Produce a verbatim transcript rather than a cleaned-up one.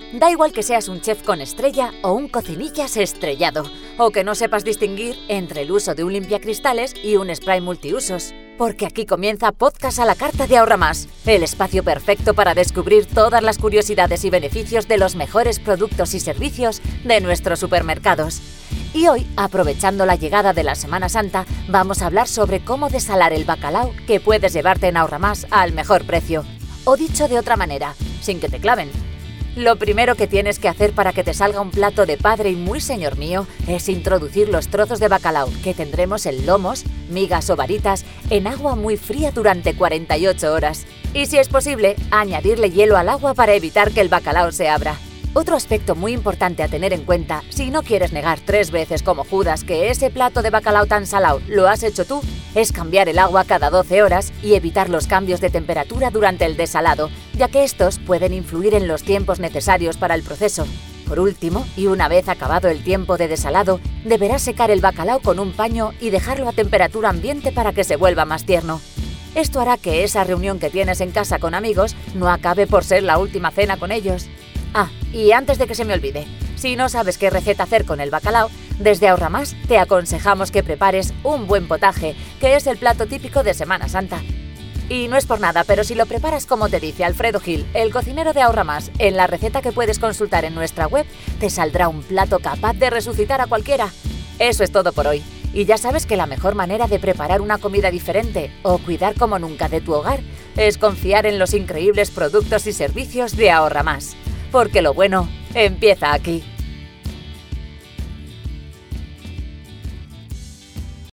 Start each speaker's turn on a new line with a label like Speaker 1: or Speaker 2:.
Speaker 1: Da igual que seas un chef con estrella o un cocinillas estrellado, o que no sepas distinguir entre el uso de un limpiacristales y un spray multiusos. Porque aquí comienza Podcast a la Carta de Ahorra Más, el espacio perfecto para descubrir todas las curiosidades y beneficios de los mejores productos y servicios de nuestros supermercados. Y hoy, aprovechando la llegada de la Semana Santa, vamos a hablar sobre cómo desalar el bacalao que puedes llevarte en Ahorra Más al mejor precio. O dicho de otra manera, sin que te claven. Lo primero que tienes que hacer para que te salga un plato de padre y muy señor mío es introducir los trozos de bacalao que tendremos en lomos, migas o varitas en agua muy fría durante cuarenta y ocho horas. Y si es posible, añadirle hielo al agua para evitar que el bacalao se abra. Otro aspecto muy importante a tener en cuenta, si no quieres negar tres veces como Judas que ese plato de bacalao tan salado lo has hecho tú, es cambiar el agua cada doce horas y evitar los cambios de temperatura durante el desalado, ya que estos pueden influir en los tiempos necesarios para el proceso. Por último, y una vez acabado el tiempo de desalado, deberás secar el bacalao con un paño y dejarlo a temperatura ambiente para que se vuelva más tierno. Esto hará que esa reunión que tienes en casa con amigos no acabe por ser la última cena con ellos. Ah, y antes de que se me olvide, si no sabes qué receta hacer con el bacalao, desde Ahorra Más te aconsejamos que prepares un buen potaje, que es el plato típico de Semana Santa. Y no es por nada, pero si lo preparas como te dice Alfredo Gil, el cocinero de Ahorra Más, en la receta que puedes consultar en nuestra web, te saldrá un plato capaz de resucitar a cualquiera. Eso es todo por hoy. Y ya sabes que la mejor manera de preparar una comida diferente o cuidar como nunca de tu hogar es confiar en los increíbles productos y servicios de Ahorra Más. Porque lo bueno empieza aquí.